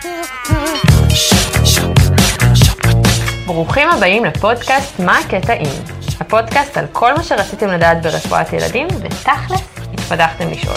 ברוכים הבאים לפודקאסט מה הקטע אם. הפודקאסט על כל מה שרציתם לדעת ברפואת ילדים, ותכלס התפתחתם לשאול.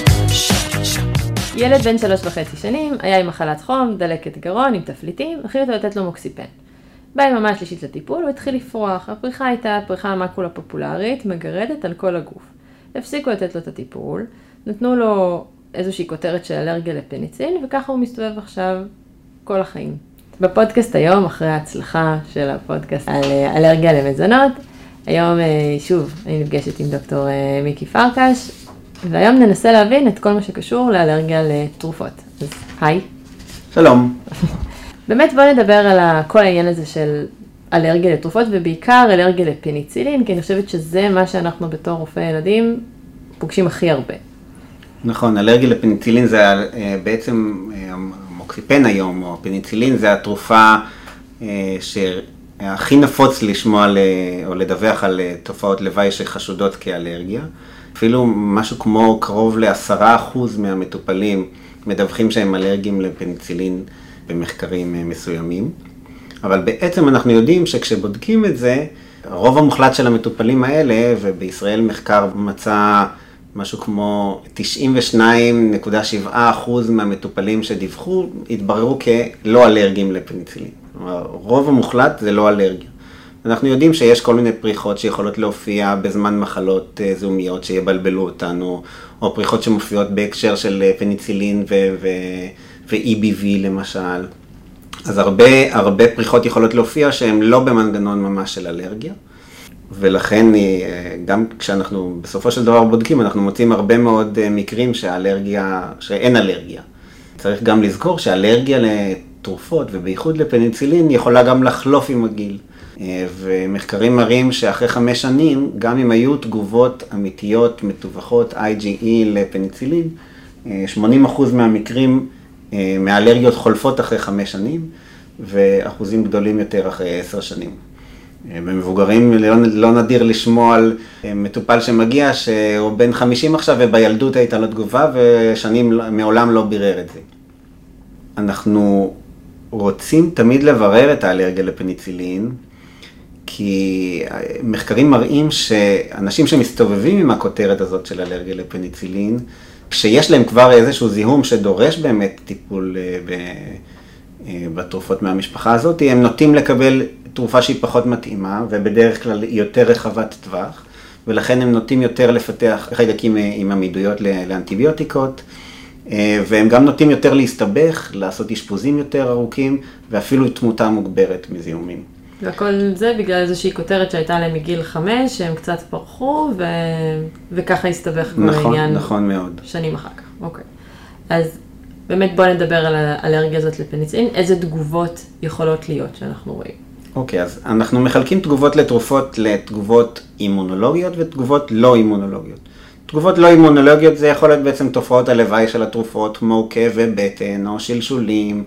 ילד בן 3.5 שנים היה עם מחלת חום, דלקת גרון, עם תפליטים, החליטו לתת לו מוקסיפן. בא עם ממה שלישית לטיפול והתחיל לפרוח. הפריחה הייתה פריחה מקולה פופולרית, מגרדת על כל הגוף. הפסיקו לתת לו את הטיפול, נתנו לו איזושהי כותרת של אלרגיה לפניצילין, וככה הוא מסתובב עכשיו כל החיים. בפודקאסט היום, אחרי ההצלחה של הפודקאסט על אלרגיה למזונות, היום שוב אני נפגשת עם דוקטור מיקי פרקש, והיום ננסה להבין את כל מה שקשור לאלרגיה לתרופות. אז היי. שלום. באמת בוא נדבר על כל העניין הזה של אלרגיה לתרופות, ובעיקר אלרגיה לפניצילין, כי אני חושבת שזה מה שאנחנו בתור רופאי ילדים פוגשים הכי הרבה. נכון, אלרגיה לפניצילין זה בעצם המוקסיפן היום, או פניצילין זה התרופה שהכי נפוץ לשמוע או לדווח על תופעות לוואי שחשודות כאלרגיה. אפילו משהו כמו קרוב ל10% מהמטופלים מדווחים שהם אלרגיים לפניצילין במחקרים מסוימים. אבל בעצם אנחנו יודעים שכשבודקים את זה, הרוב המוחלט של המטופלים האלה, ובישראל מחקר מצא משהו כמו 92.7% מהמטופלים שדיווחו, התבררו כלא אלרגיים לפניצילין. כלומר, רוב המוחלט זה לא אלרגיה. אנחנו יודעים שיש כל מיני פריחות שיכולות להופיע בזמן מחלות זיהומיות שיבלבלו אותנו, או פריחות שמופיעות בהקשר של פניצילין ו-EBV למשל. אז הרבה פריחות יכולות להופיע שהן לא במנגנון ממש של אלרגיה. ולכן גם כשאנחנו בסופו של דבר בודקים, אנחנו מוצאים הרבה מאוד מקרים שאין אלרגיה. צריך גם לזכור שאלרגיה לתרופות ובייחוד לפניצילין יכולה גם לחלוף עם הגיל. ומחקרים מראים שאחרי 5 שנים, גם אם היו תגובות אמיתיות, מתווכות, IgE לפניצילין, 80% מהמקרים מהאלרגיות חולפות אחרי 5 שנים, ואחוזים גדולים יותר אחרי 10 שנים. במבוגרים לא נדיר לשמוע על מטופל שמגיע שהוא בן 50 עכשיו ובילדות הייתה לו תגובה ושנים מעולם לא בירר את זה. אנחנו רוצים תמיד לברר את האלרגיה לפניצילין, כי מחקרים מראים שאנשים שמסתובבים עם הכותרת הזאת של אלרגיה לפניצילין, כשיש להם כבר איזשהו זיהום שדורש באמת טיפול בתרופות מהמשפחה הזאת, הם נוטים לקבל תרופה שהיא פחות מתאימה, ובדרך כלל יותר רחבת טווח, ולכן הם נוטים יותר לפתח חיידקים עם עמידויות לאנטיביוטיקות, והם גם נוטים יותר להסתבך, לעשות אשפוזים יותר ארוכים, ואפילו תמותה מוגברת מזיהומים. וכל זה בגלל איזושהי כותרת שהייתה להם מגיל 5, שהם קצת פרחו, וככה הסתבך בעניין. נכון מאוד. שנים אחר כך, אוקיי. אז באמת בוא נדבר על האלרגיה הזאת לפניצילין, איזה תגובות יכולות להיות שאנחנו רואים? אוקיי, אז אנחנו מחלקים תגובות לתרופות לתגובות אימונולוגיות ותגובות לא אימונולוגיות. תגובות לא אימונולוגיות זה יכול להיות בעצם תופעות הלוואי של התרופות, כמו כאבי בטן או שלשולים,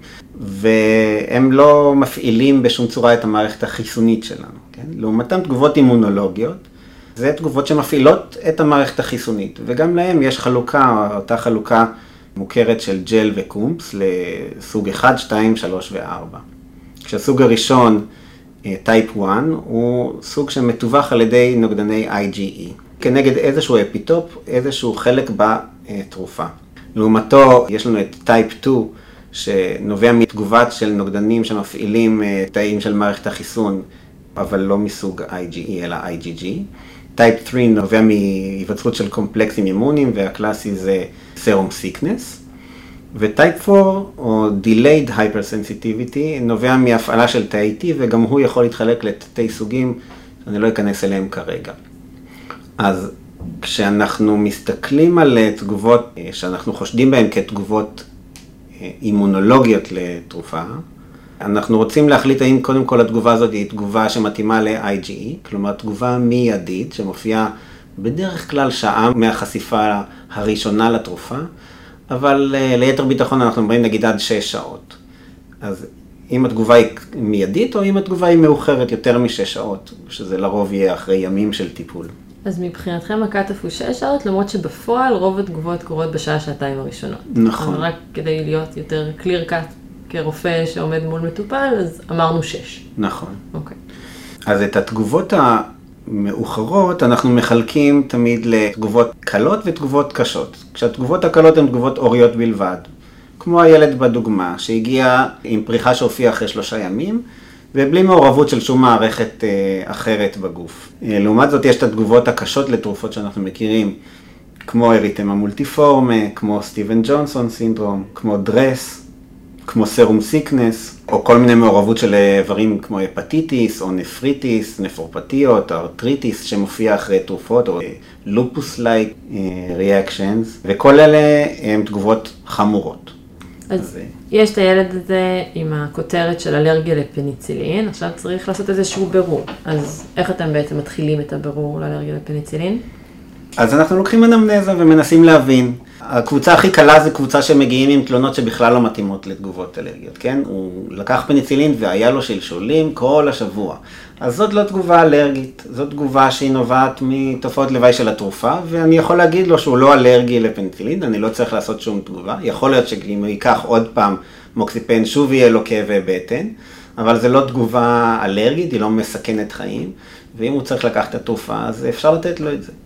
והם לא מפעילים בשום צורה את המערכת החיסונית שלנו. כן? לעומתם תגובות אימונולוגיות, זה תגובות שמפעילות את המערכת החיסונית, וגם להם יש חלוקה, אותה חלוקה מוכרת של ג'ל וקומפס לסוג 1, 2, 3 ו-4. כשהסוג הראשון, טייפ 1, הוא סוג שמתווך על ידי נוגדני IgE, כנגד איזשהו אפיטופ, איזשהו חלק בתרופה. לעומתו, יש לנו את טייפ 2, שנובע מתגובת של נוגדנים שמפעילים תאים של מערכת החיסון, אבל לא מסוג IgE אלא IgG. טייפ 3 נובע מהיווצרות של קומפלקסים אימוניים, והקלאסי זה סרום סיקנס. וטייפ 4, או Delayed Hypersensitivity, נובע מהפעלה של תאי T, וגם הוא יכול להתחלק לתתי סוגים, שאני לא אכנס אליהם כרגע. אז כשאנחנו מסתכלים על תגובות שאנחנו חושדים בהן כתגובות אימונולוגיות לתרופה, אנחנו רוצים להחליט האם קודם כל התגובה הזאת היא תגובה שמתאימה ל-IgE, כלומר תגובה מיידית שמופיעה בדרך כלל שעה מהחשיפה הראשונה לתרופה, אבל ליתר ביטחון אנחנו אומרים נגיד עד 6 שעות. אז אם התגובה היא מיידית או אם התגובה היא מאוחרת יותר מ6 שעות, שזה לרוב יהיה אחרי ימים של טיפול. אז מבחינתכם הקאט-אוף הוא 6 שעות, למרות שבפועל רוב התגובות קורות בשעה-שעתיים הראשונות. נכון. רק כדי להיות יותר clear cut. כרופא שעומד מול מטופל, אז אמרנו 6. נכון. אוקיי. אז את התגובות המאוחרות אנחנו מחלקים תמיד לתגובות קלות ותגובות קשות. כשהתגובות הקלות הן תגובות אוריות בלבד, כמו הילד בדוגמה, שהגיע עם פריחה שהופיעה אחרי 3 ימים, ובלי מעורבות של שום מערכת אחרת בגוף. לעומת זאת יש את התגובות הקשות לתרופות שאנחנו מכירים, כמו אריתמה מולטיפורמה, כמו סטיבן ג'ונסון סינדרום, כמו דרס, כמו סרום סיקנס, או כל מיני מעורבות של איברים כמו הפטיטיס, או נפריטיס, נפרופתיות, ארטריטיס שמופיע אחרי תרופות, או לופוס-לייק ריאקשנס, וכל אלה הן תגובות חמורות. אז יש את הילד הזה עם הכותרת של אלרגיה לפניצילין, עכשיו צריך לעשות איזשהו בירור. אז איך אתם בעצם מתחילים את הבירור לאלרגיה לפניצילין? אז אנחנו לוקחים אנמנזה ומנסים להבין. הקבוצה הכי קלה זה קבוצה שמגיעים עם תלונות שבכלל לא מתאימות לתגובות אלרגיות, כן? הוא לקח פניצילין והיה לו שלשולים כל השבוע. אז זאת לא תגובה אלרגית, זאת תגובה שהיא נובעת מתופעות לוואי של התרופה, ואני יכול להגיד לו שהוא לא אלרגי לפניצילין, אני לא צריך לעשות שום תגובה. יכול להיות שאם הוא ייקח עוד פעם מוקסיפן, שוב יהיה לו כאבי בטן, אבל זה לא תגובה אלרגית, היא לא מסכנת חיים, ואם הוא צריך לקחת את התרופה, אז אפשר לתת לו את זה.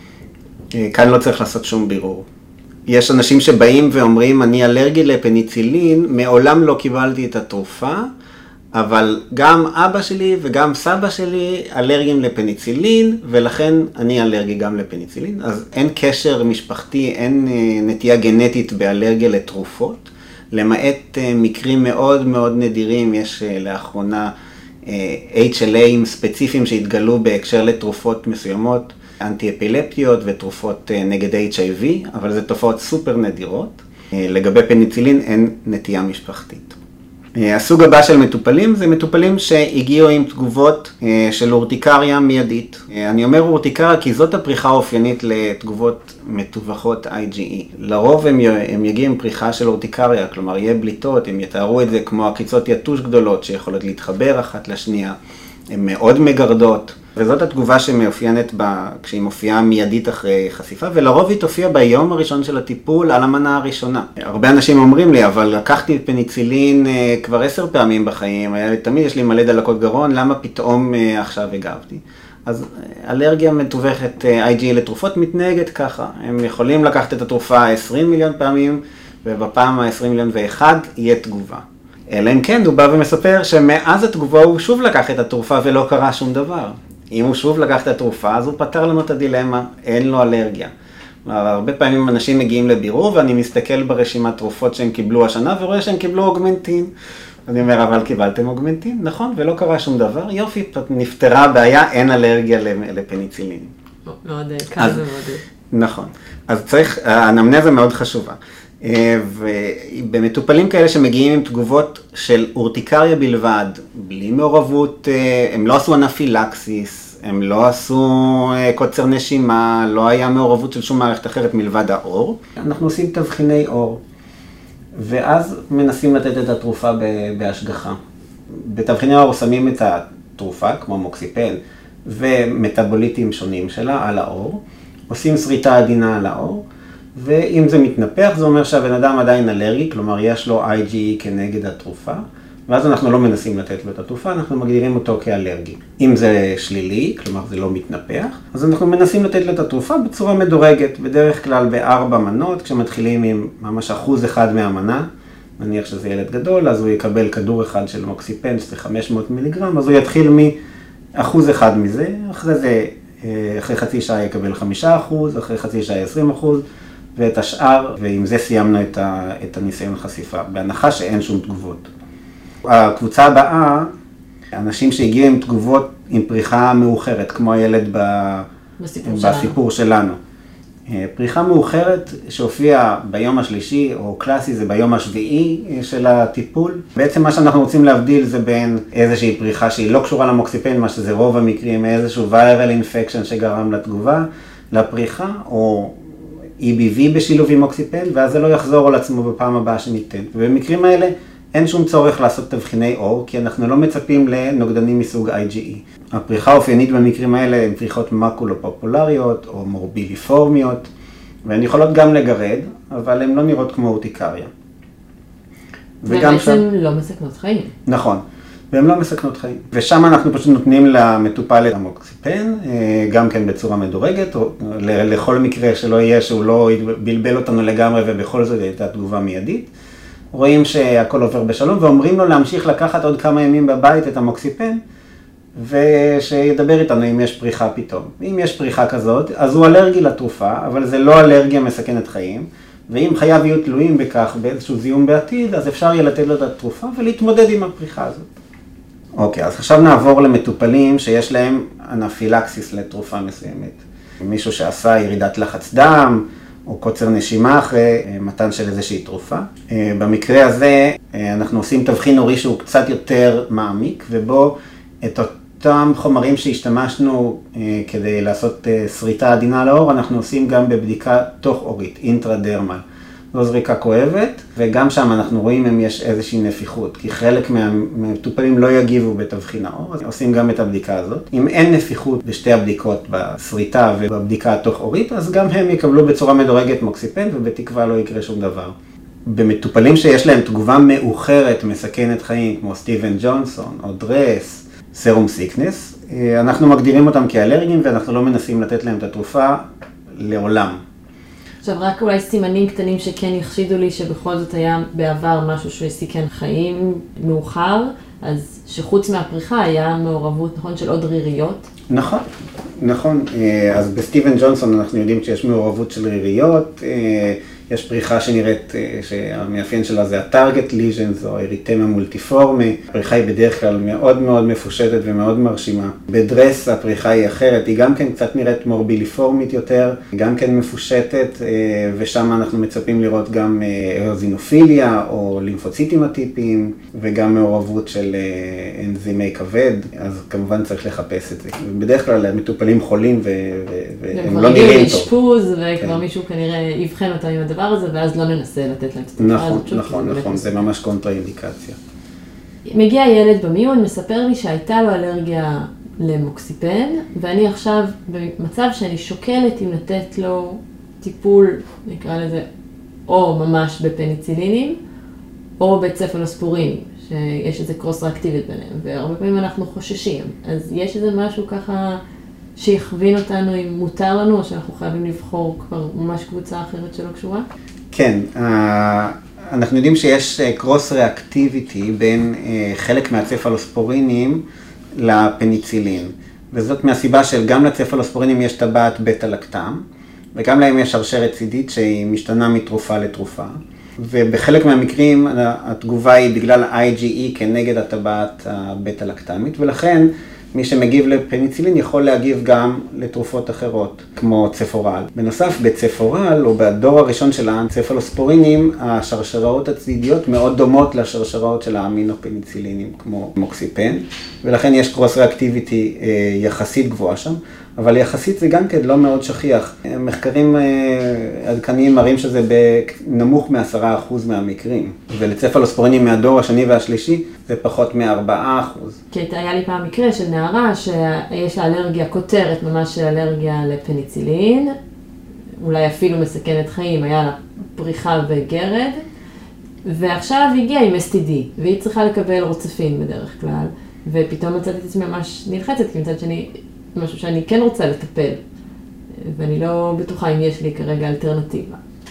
כאן לא צריך לעשות שום בירור. יש אנשים שבאים ואומרים, אני אלרגי לפניצילין, מעולם לא קיבלתי את התרופה, אבל גם אבא שלי וגם סבא שלי אלרגיים לפניצילין, ולכן אני אלרגי גם לפניצילין. אז אין קשר משפחתי, אין נטייה גנטית באלרגיה לתרופות, למעט מקרים מאוד מאוד נדירים, יש לאחרונה HLA'ים ספציפיים שהתגלו בהקשר לתרופות מסוימות, אנטי-אפילפטיות ותרופות נגד HIV, אבל זה תופעות סופר נדירות. לגבי פניצילין אין נטייה משפחתית. הסוג הבא של מטופלים זה מטופלים שהגיעו עם תגובות של אורטיקריה מיידית. אני אומר אורטיקריה כי זאת הפריחה האופיינית לתגובות מתווכות IgE. לרוב הם יגיעו עם פריחה של אורטיקריה, כלומר יהיה בליטות, הם יתארו את זה כמו עקיצות יתוש גדולות שיכולות להתחבר אחת לשנייה, הן מאוד מגרדות. וזאת התגובה שמאופיינת כשהיא מופיעה מיידית אחרי חשיפה, ולרוב היא תופיע ביום הראשון של הטיפול על המנה הראשונה. הרבה אנשים אומרים לי, אבל לקחתי פניצילין כבר 10 פעמים בחיים, תמיד יש לי מלא דלקות גרון, למה פתאום עכשיו הגבתי? אז אלרגיה מתווכת IgE לתרופות מתנהגת ככה. הם יכולים לקחת את התרופה 20 מיליון פעמים, ובפעם ה-20,000,001 יהיה תגובה. אלא אם כן, הוא בא ומספר שמאז התגובה הוא שוב לקח את התרופה ולא קרה שום דבר. אם הוא שוב לקח את התרופה, אז הוא פתר לנו את הדילמה, אין לו אלרגיה. הרבה פעמים אנשים מגיעים לבירור, ואני מסתכל ברשימת תרופות שהם קיבלו השנה, ורואה שהם קיבלו אוגמנטין. אני אומר, אבל קיבלתם אוגמנטין? נכון, ולא קרה שום דבר. יופי, נפתרה הבעיה, אין אלרגיה לפניצילין. מאוד קל ומאוד. נכון. אז צריך, האנמנזה מאוד חשובה. ובמטופלים כאלה שמגיעים עם תגובות של אורטיקריה בלבד, בלי מעורבות, הם לא עשו אנפילקסיס, הם לא עשו קוצר נשימה, לא היה מעורבות של שום מערכת אחרת מלבד האור. אנחנו עושים תבחיני אור, ואז מנסים לתת את התרופה בהשגחה. בתבחיני האור שמים את התרופה, כמו מוקסיפן, ומטאבוליטים שונים שלה על האור, עושים שריטה עדינה על האור, ואם זה מתנפח, זה אומר שהבן אדם עדיין אלרגי, כלומר יש לו IgE כנגד התרופה, ואז אנחנו לא מנסים לתת לו את התרופה, אנחנו מגדירים אותו כאלרגי. אם זה שלילי, כלומר זה לא מתנפח, אז אנחנו מנסים לתת לו את התרופה בצורה מדורגת, בדרך כלל ב4 מנות, כשמתחילים עם ממש 1% מהמנה, נניח שזה ילד גדול, אז הוא יקבל כדור אחד של מוקסיפן, שזה 500 מיליגרם, אז הוא יתחיל מ1% מזה, אחרי זה, אחרי חצי שעה יקבל 5%, אחרי חצי שעה 20%, ואת השאר, ועם זה סיימנו את הניסיון החשיפה, בהנחה שאין שום תגובות. הקבוצה הבאה, אנשים שהגיעו עם תגובות עם פריחה מאוחרת, כמו הילד בסיפור שלנו. פריחה מאוחרת שהופיעה ביום השלישי, או קלאסי זה ביום השביעי של הטיפול. בעצם מה שאנחנו רוצים להבדיל זה בין איזושהי פריחה שהיא לא קשורה למוקסיפן, מה שזה רוב המקרים, איזשהו viral infection שגרם לתגובה, לפריחה, או EBV בשילוב עם מוקסיפן, ואז זה לא יחזור על עצמו בפעם הבאה שניתן. ובמקרים האלה אין שום צורך לעשות תבחיני אור, כי אנחנו לא מצפים לנוגדנים מסוג IgE. הפריחה האופיינית במקרים האלה הן פריחות מקולופופולריות או מורביליפורמיות, והן יכולות גם לגרד, אבל הן לא נראות כמו אורטיקריה. ובעצם לא מסכנות חיים. נכון. והן לא מסכנות חיים. ושם אנחנו פשוט נותנים למטופל את המוקסיפן, גם כן בצורה מדורגת, לכל מקרה שלא יהיה שהוא לא בלבל אותנו לגמרי ובכל זאת הייתה תגובה מיידית. רואים שהכל עובר בשלום ואומרים לו להמשיך לקחת עוד כמה ימים בבית את המוקסיפן, ושידבר איתנו אם יש פריחה פתאום. אם יש פריחה כזאת, אז הוא אלרגי לתרופה, אבל זה לא אלרגיה מסכנת חיים. ואם חייו יהיו תלויים בכך באיזשהו זיהום בעתיד, אז אפשר יהיה לתת לו את התרופה ולהתמודד עם הפריחה הזאת. אוקיי, אז עכשיו נעבור למטופלים שיש להם אנפילקסיס לתרופה מסוימת. מישהו שעשה ירידת לחץ דם או קוצר נשימה אחרי מתן של איזושהי תרופה. במקרה הזה אנחנו עושים תבחין הורי שהוא קצת יותר מעמיק, ובו את אותם חומרים שהשתמשנו כדי לעשות שריטה עדינה על העור, אנחנו עושים גם בבדיקה תוך עורית, אינטרדרמל. זו זריקה כואבת, וגם שם אנחנו רואים אם יש איזושהי נפיחות, כי חלק מהמטופלים לא יגיבו בתבחין העור, אז עושים גם את הבדיקה הזאת. אם אין נפיחות בשתי הבדיקות, בשריטה ובבדיקה התוך עורית, אז גם הם יקבלו בצורה מדורגת מוקסיפן, ובתקווה לא יקרה שום דבר. במטופלים שיש להם תגובה מאוחרת מסכנת חיים, כמו סטיבן ג'ונסון או דרס, סרום סיקנס, אנחנו מגדירים אותם כאלרגיים, ואנחנו לא מנסים לתת להם את התרופה לעולם. עכשיו רק אולי סימנים קטנים שכן יחשידו לי שבכל זאת היה בעבר משהו שסיכן חיים מאוחר, אז שחוץ מהפריחה היה מעורבות, נכון, של עוד ריריות? נכון, נכון. אז בסטיבן ג'ונסון אנחנו יודעים שיש מעורבות של ריריות, יש פריחה שנראית, שהמאפיין שלה זה הטארגט ליז'נס או אריתמה מולטיפורמי. הפריחה היא בדרך כלל מאוד מאוד מפושטת ומאוד מרשימה. בדרס הפריחה היא אחרת, היא גם כן קצת נראית מורביליפורמית יותר, גם כן מפושטת, ושם אנחנו מצפים לראות גם אוזינופיליה או לימפוציטים הטיפיים, וגם מעורבות של אנזימי כבד, אז כמובן צריך לחפש את זה. בדרך כלל המטופלים חולים והם לא נראים טוב. אשפוז, וכבר מישהו כנראה יבחן אותם עם הדבר הזה, ואז לא ננסה לתת להם את התרופה הזאת. נכון, זה ממש קונטרה-אינדיקציה. מגיע ילד במיון, מספר לי שהייתה לו אלרגיה למוקסיפן, ואני עכשיו במצב שאני שוקלת אם לתת לו טיפול, נקרא לזה, או ממש בפניצילינים, או בצפלוספורינים, שיש איזה קרוס ריאקטיבית ביניהם, והרבה פעמים אנחנו חוששים. אז יש איזה משהו ככה שיכווין אותנו אם מותר לנו, או שאנחנו חייבים לבחור כבר ממש קבוצה אחרת שלא קשורה? כן, אנחנו יודעים שיש קרוס ריאקטיביטי בין חלק מהצפלוספורינים לפניצילין. וזאת מהסיבה שגם לצפלוספורינים יש טבעת בטא-לקטם, וגם להם יש שרשרת צידית שהיא משתנה מתרופה לתרופה. ובחלק מהמקרים התגובה היא בגלל IgE כנגד הטבעת הבטא-לקטמית, ולכן מי שמגיב לפניצילין יכול להגיב גם לתרופות אחרות, כמו צפורל. בנוסף, בצפורל, או בדור הראשון של האנצפלוספורינים, השרשראות הצידיות מאוד דומות לשרשראות של האמינופניצילינים, כמו מוקסיפן, ולכן יש קרוס ריאקטיביטי יחסית גבוהה שם, אבל יחסית זה גם כן לא מאוד שכיח. מחקרים עדכניים מראים שזה נמוך מ10% מהמקרים, ולצפלוספורינים מהדור השני והשלישי זה פחות מ4%. כי היה לי פעם מקרה של נערה שיש לה אלרגיה, כותרת ממש של אלרגיה לפניצילין, אולי אפילו מסכנת חיים, היה לה פריחה וגרד, ועכשיו היא הגיעה עם STD, והיא צריכה לקבל רוצפין בדרך כלל, ופתאום מצאתי את עצמי ממש נלחצת, כי מצד שני, משהו שאני כן רוצה לטפל, ואני לא בטוחה אם יש לי כרגע אלטרנטיבה.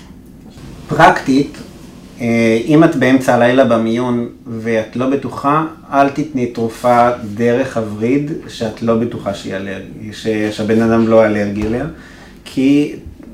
פרקטית, אם את באמצע הלילה במיון ואת לא בטוחה, אל תתני תרופה דרך הווריד שאת לא בטוחה שהבן אדם לא אלרגי אליה, כי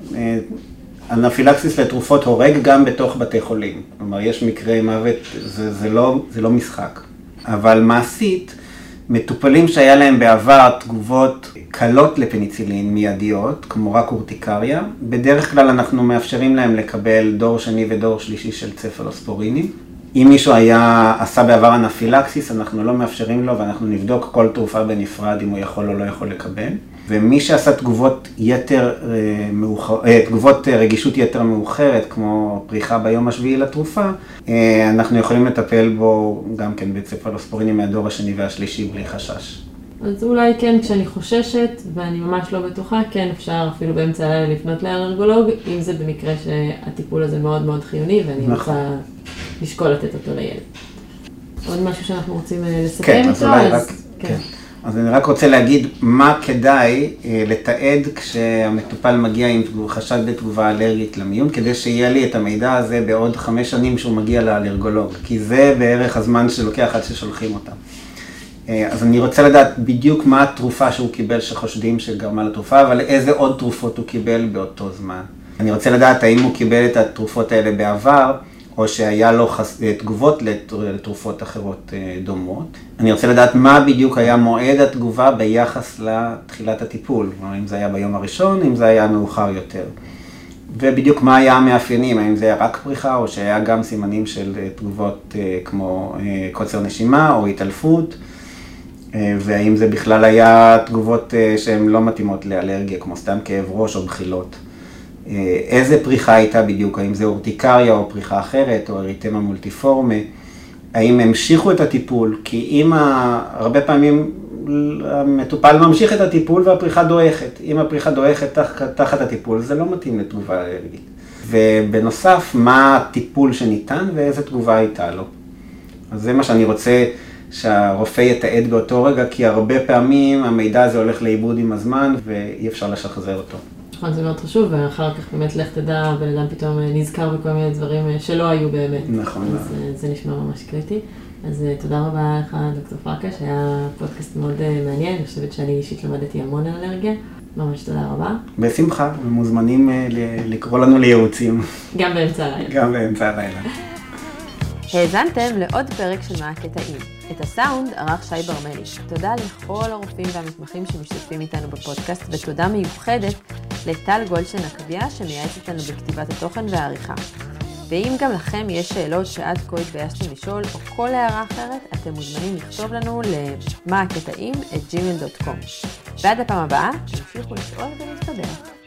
אנפילקסיס לתרופות הורג גם בתוך בתי חולים. כלומר, יש מקרי מוות, זה לא משחק. אבל מעשית, מטופלים שהיה להם בעבר תגובות קלות לפניצילין מיידיות, כמו רק אורטיקריה, בדרך כלל אנחנו מאפשרים להם לקבל דור שני ודור שלישי של צפלוספורינים. אם מישהו עשה בעבר אנפילקסיס, אנחנו לא מאפשרים לו, ואנחנו נבדוק כל תרופה בנפרד אם הוא יכול או לא יכול לקבל. ומי שעשה תגובות רגישות יתר מאוחרת, כמו פריחה ביום השביעי לתרופה, אנחנו יכולים לטפל בו גם כן בצפלוספורינים מהדור השני והשלישי בלי חשש. אז אולי כן, כשאני חוששת, ואני ממש לא בטוחה, כן אפשר אפילו באמצע הלילה לפנות לאלרגולוג, אם זה במקרה שהטיפול הזה מאוד מאוד חיוני, ואני רוצה לשקול לתת אותו לילד. עוד משהו שאנחנו רוצים לסכם כן, איתו? אז אולי רק, כן. אז אני רק רוצה להגיד מה כדאי לתעד כשהמטופל מגיע עם חשד בתגובה אלרגית למיון, כדי שיהיה לי את המידע הזה בעוד 5 שנים שהוא מגיע לאלרגולוג, כי זה בערך הזמן שלוקח עד ששולחים אותם. אז אני רוצה לדעת בדיוק מה התרופה שהוא קיבל שחושדים שגרמה לתרופה, אבל איזה עוד תרופות הוא קיבל באותו זמן. אני רוצה לדעת האם הוא קיבל את התרופות האלה בעבר, או שהיה לו תגובות לתרופות אחרות דומות. אני רוצה לדעת מה בדיוק היה מועד התגובה ביחס לתחילת הטיפול, כלומר, אם זה היה ביום הראשון, אם זה היה מאוחר יותר. ובדיוק מה היה המאפיינים, האם זה היה רק פריחה, או שהיה גם סימנים של תגובות כמו קוצר נשימה או התעלפות, והאם זה בכלל היה תגובות שהן לא מתאימות לאלרגיה, כמו סתם כאב ראש או בחילות. איזה פריחה הייתה בדיוק, האם זה אורטיקריה או פריחה אחרת, או אריתמה מולטיפורמה, האם המשיכו את הטיפול, כי אם הרבה פעמים המטופל ממשיך את הטיפול והפריחה דועכת. אם הפריחה דועכת תחת הטיפול, זה לא מתאים לתגובה אלרגית. ובנוסף, מה הטיפול שניתן ואיזה תגובה הייתה לו. אז זה מה שאני רוצה שהרופא יתעד באותו רגע, כי הרבה פעמים המידע הזה הולך לאיבוד עם הזמן ואי אפשר לשחזר אותו. נכון, זה מאוד חשוב, ואחר כך באמת לך תדע, בן אדם פתאום נזכר בכל מיני דברים שלא היו באמת. נכון. אז זה נשמע ממש קריטי. אז תודה רבה לך, דוקטור פרקש, היה פודקאסט מאוד מעניין, אני חושבת שאני אישית למדתי המון על אלרגיה. ממש תודה רבה. בשמחה, ומוזמנים לקרוא לנו לייעוצים. גם באמצע הלילה. גם באמצע הלילה. האזנתם לעוד פרק של מה הקטעים. את הסאונד ערך שי ברמלי. תודה לכל הרופאים והמתמחים שמשתתפים איתנו בפודקאסט, ותודה מיוחדת לטל גולדשטיין עקביה שמייעצת לנו בכתיבת התוכן והעריכה. ואם גם לכם יש שאלות שעד כה התביישתם לשאול או כל הערה אחרת, אתם מוזמנים לכתוב לנו למה הקטעים@gmail.com. ועד הפעם הבאה, תמשיכו לשאול ולהתקדם.